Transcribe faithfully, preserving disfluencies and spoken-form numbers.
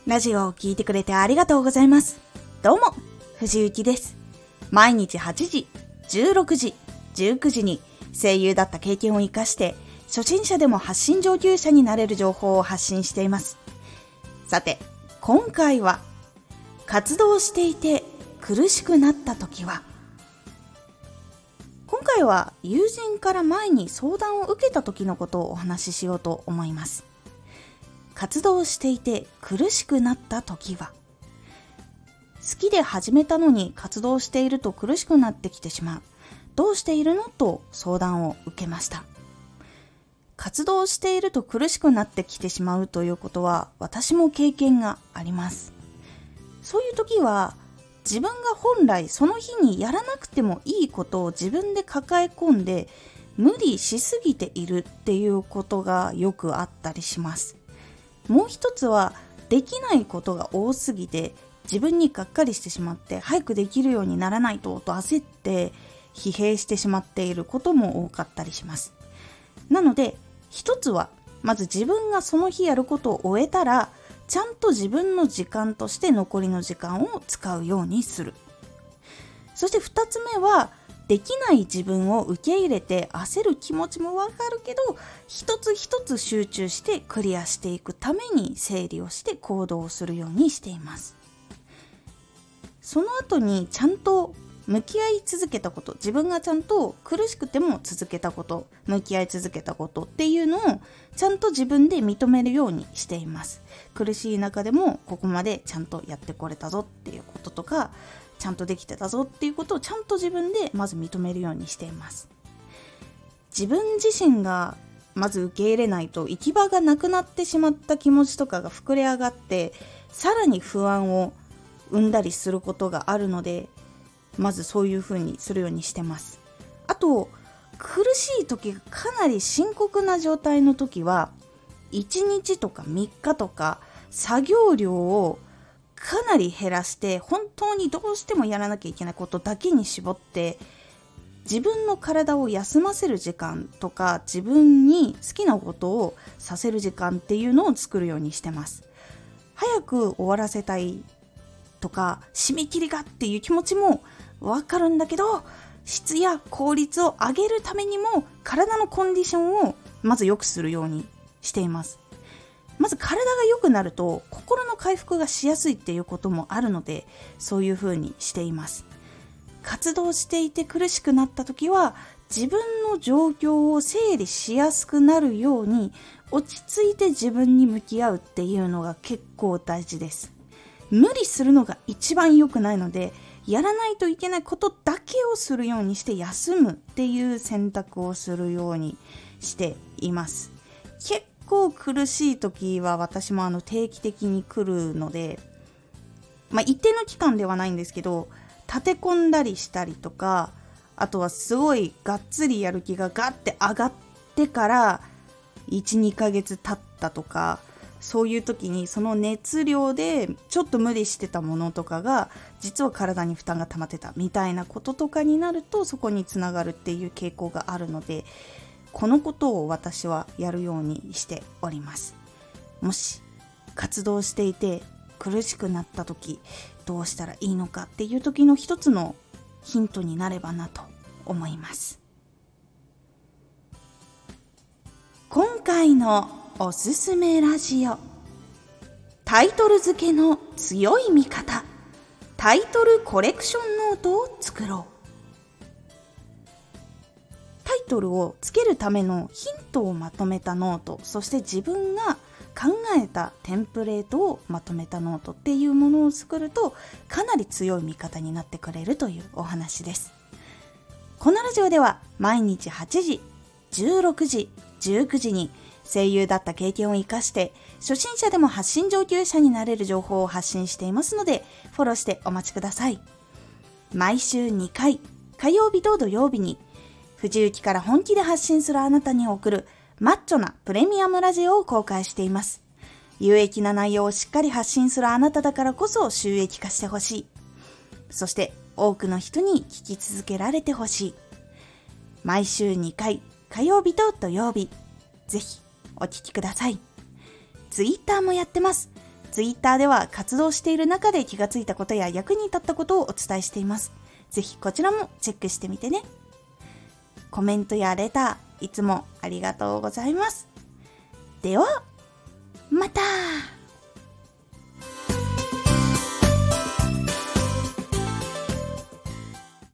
ラジオを聞いてくれてありがとうございます。どうも、藤幸です。毎日はちじ、じゅうろくじ、じゅうくじに声優だった経験を生かして初心者でも発信上級者になれる情報を発信しています。さて、今回は活動していて苦しくなった時は、今回は友人から前に相談を受けた時のことをお話ししようと思います。活動していて苦しくなった時は、好きで始めたのに活動していると苦しくなってきてしまう。どうしているのと相談を受けました。活動していると苦しくなってきてしまうということは私も経験があります。そういう時は自分が本来その日にやらなくてもいいことを自分で抱え込んで無理しすぎているっていうことがよくあったりします。もう一つはできないことが多すぎて自分にがっかりしてしまって早くできるようにならないとと焦って疲弊してしまっていることも多かったりします。なので一つはまず自分がその日やることを終えたらちゃんと自分の時間として残りの時間を使うようにする。そして二つ目はできない自分を受け入れて焦る気持ちもわかるけど一つ一つ集中してクリアしていくために整理をして行動するようにしています。その後にちゃんと向き合い続けたこと、自分がちゃんと苦しくても続けたこと、向き合い続けたことっていうのをちゃんと自分で認めるようにしています。苦しい中でもここまでちゃんとやってこれたぞっていうこととか、ちゃんとできてたぞっていうことをちゃんと自分でまず認めるようにしています。自分自身がまず受け入れないと行き場がなくなってしまった気持ちとかが膨れ上がってさらに不安を生んだりすることがあるので、まずそういう風にするようにしてます。あと苦しい時がかなり深刻な状態の時はいちにちとかみっかとか作業量をかなり減らして本当にどうしてもやらなきゃいけないことだけに絞って自分の体を休ませる時間とか自分に好きなことをさせる時間っていうのを作るようにしてます。早く終わらせたいとか締め切りがっていう気持ちもわかるんだけど、質や効率を上げるためにも体のコンディションをまず良くするようにしています。まず体が良くなると心の回復がしやすいっていうこともあるので、そういう風にしています。活動していて苦しくなった時は自分の状況を整理しやすくなるように落ち着いて自分に向き合うっていうのが結構大事です。無理するのが一番良くないので、やらないといけないことだけをするようにして休むっていう選択をするようにしています。結構苦しい時は私もあの定期的に来るので、まあ一定の期間ではないんですけど、立て込んだりしたりとか、あとはすごいがっつりやる気がガッて上がってからいち、にかげつ経ったとか、そういう時にその熱量でちょっと無理してたものとかが実は体に負担が溜まってたみたいなこととかになると、そこにつながるっていう傾向があるので、このことを私はやるようにしております。もし活動していて苦しくなった時どうしたらいいのかっていう時の一つのヒントになればなと思います。今回のおすすめラジオ、タイトル付けの強い味方、タイトルコレクションノートを作ろう。タイトルをつけるためのヒントをまとめたノート、そして自分が考えたテンプレートをまとめたノートっていうものを作るとかなり強い味方になってくれるというお話です。このラジオでは毎日はちじ、じゅうろくじ、じゅうくじに声優だった経験を生かして初心者でも発信上級者になれる情報を発信していますので、フォローしてお待ちください。毎週にかい、火曜日と土曜日に藤幸から本気で発信するあなたに送るマッチョなプレミアムラジオを公開しています。有益な内容をしっかり発信するあなただからこそ収益化してほしい。そして多くの人に聞き続けられてほしい。毎週にかい、火曜日と土曜日、ぜひお聞きください。ツイッターもやってます。 Twitter では活動している中で気がついたことや役に立ったことをお伝えしています。ぜひこちらもチェックしてみてね。コメントやレター、いつもありがとうございます。では、また。